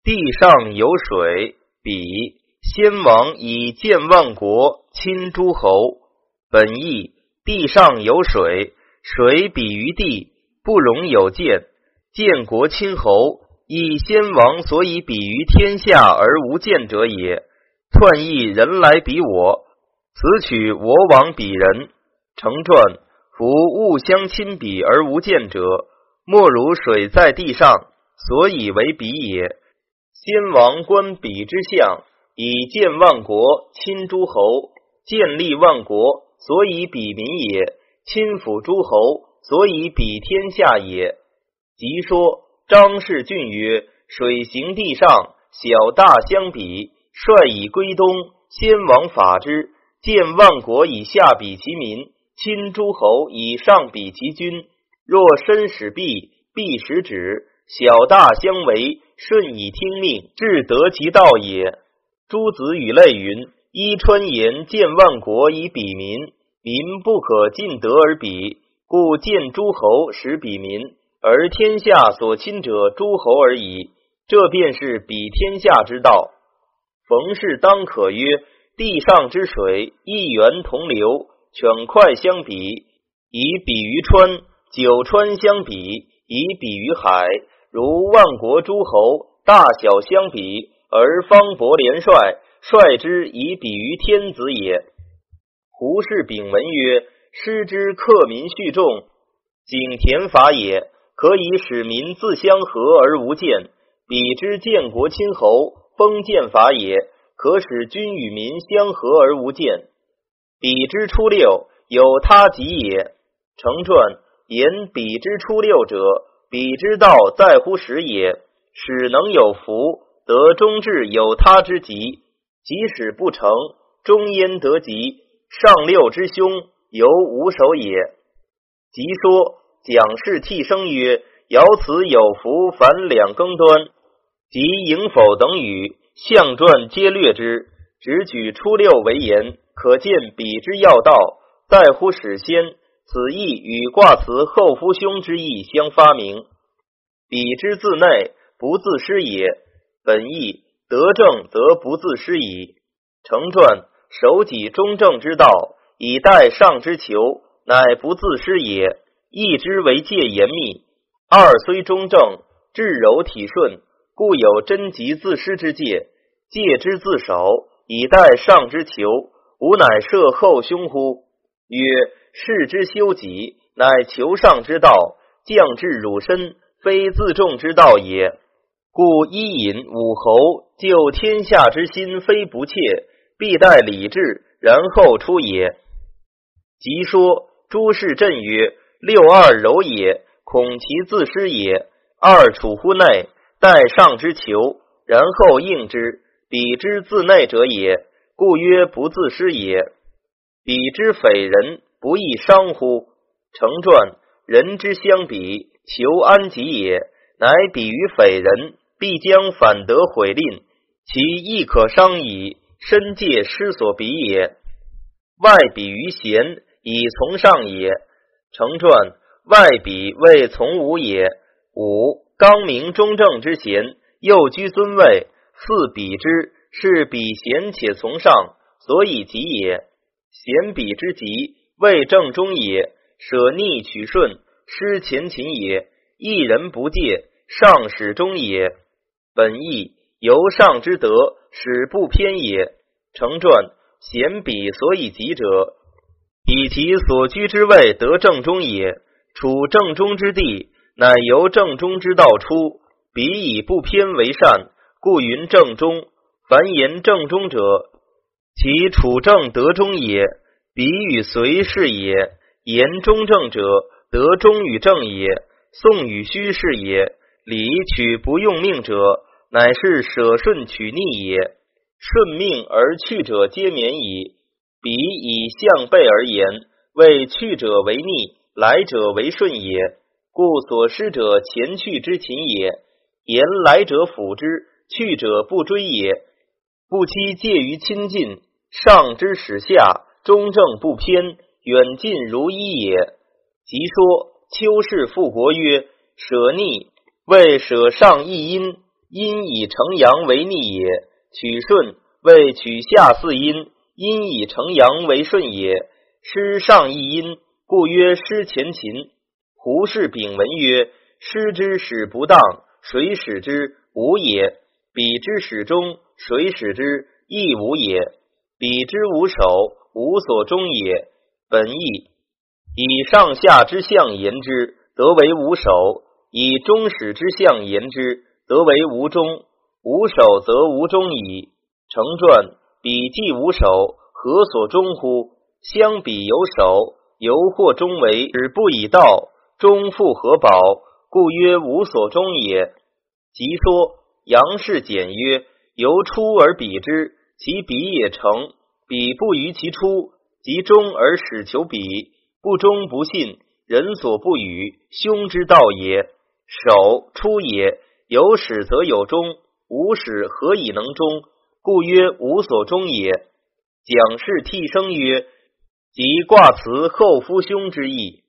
地上有水，比先王以建万国，亲诸侯。本义地上有水，水比于地，不容有见。建国亲侯，亦先王所以比于天下而无见者也。彖亦人来比我，此取我往比人。成传，夫物相亲比而无见者，莫如水在地上，所以为比也。先王观比之象，以建万国，亲诸侯。建立万国，所以比民也；亲抚诸侯，所以比天下也。即说张氏郡曰：水行地上，小大相比，率以归东，先王法之。建万国以下比其民，亲诸侯以上比其君。若身使臂，必使指，小大相为，顺以听命，至得其道也。诸子语类云：伊川言建万国以比民，民不可尽得而比，故建诸侯使比民，而天下所亲者诸侯而已。这便是比天下之道。逢事当可曰：地上之水，一源同流，犬快相比，以比于川；九川相比，以比于海。如万国诸侯，大小相比，而方伯连率，率之以比于天子也。胡适秉文曰：师之克民恤众，井田法也，可以使民自相合而无间。比之建国亲侯，封建法也，可使君与民相合而无间。比之初六，有他极也。成传言比之初六者，比之道在乎始也。使能有福，得终至有他之极；即使不成，终焉得极。上六之凶，犹无首也。即说蒋氏替生曰：爻辞有福，凡两更端，即迎否等语，象传皆略之，只举初六为言，可见比之要道，在乎始先。此意与卦辞后夫兄之意相发明。比之自内，不自失也。本意得正则不自失矣。成传守己中正之道，以待上之求，乃不自失也。义之为戒严密，二虽中正，至柔体顺，故有贞吉自失之戒。戒之自守，以待上之求，吾乃摄后兄乎？曰：士之修己，乃求上之道，降至汝身，非自重之道也。故伊尹武侯救天下之心，非不切，必待礼制，然后出也。即说诸事震曰：六二柔也，恐其自失也。二处乎内，待上之求，然后应之，比之自内者也，故曰不自失也。比之匪人，不亦伤乎？成传人之相比，求安吉也，乃比于匪人，必将反得毁吝，其亦可伤矣，身戒失所比也。外比于贤，以从上也。成传外比谓从吾也。五刚明中正之贤，又居尊位，四比之，是比贤且从上，所以吉也。贤比之吉，谓正中也，舍逆取顺，失前勤也。一人不戒，上始终也。本意由上之德，使不偏也。成传贤比所以吉者，以其所居之位得正中也。处正中之地，乃由正中之道出，比以不偏为善，故云正中。凡言正中者，其处正得中也。比与随是也。言中正者，得中与正也。宋与虚是也。理取不用命者，乃是舍顺取逆也。顺命而去者皆免矣。比以向背而言，谓去者为逆，来者为顺也。故所失者前去之勤也。言来者辅之，去者不追也。不期介于亲近，上之始下，中正不偏，远近如一也。即说丘氏复国曰：舍逆，谓舍上一阴， 阴以成阳为逆也。取顺谓取下四阴，阴以成阳为顺也。师上一阴，故曰师前勤。胡适丙文曰：师之始不当，谁使之？无也。彼之始终，谁使之？亦无也。彼之无首，无所终也。本义以上下之象言之，得为无首；以终始之象言之，得为无终。无首则无终矣。成传：彼既无首，何所终乎？相比有首，犹或终为始不以道，终复何保？故曰无所终也。即说杨氏简曰：由出而比之，其比也成；比不于其出，即终而始求比，不忠不信，人所不与，凶之道也。首出也，有始则有终，无始何以能终？故曰无所终也。蒋氏替生曰：即卦辞后夫兄之意。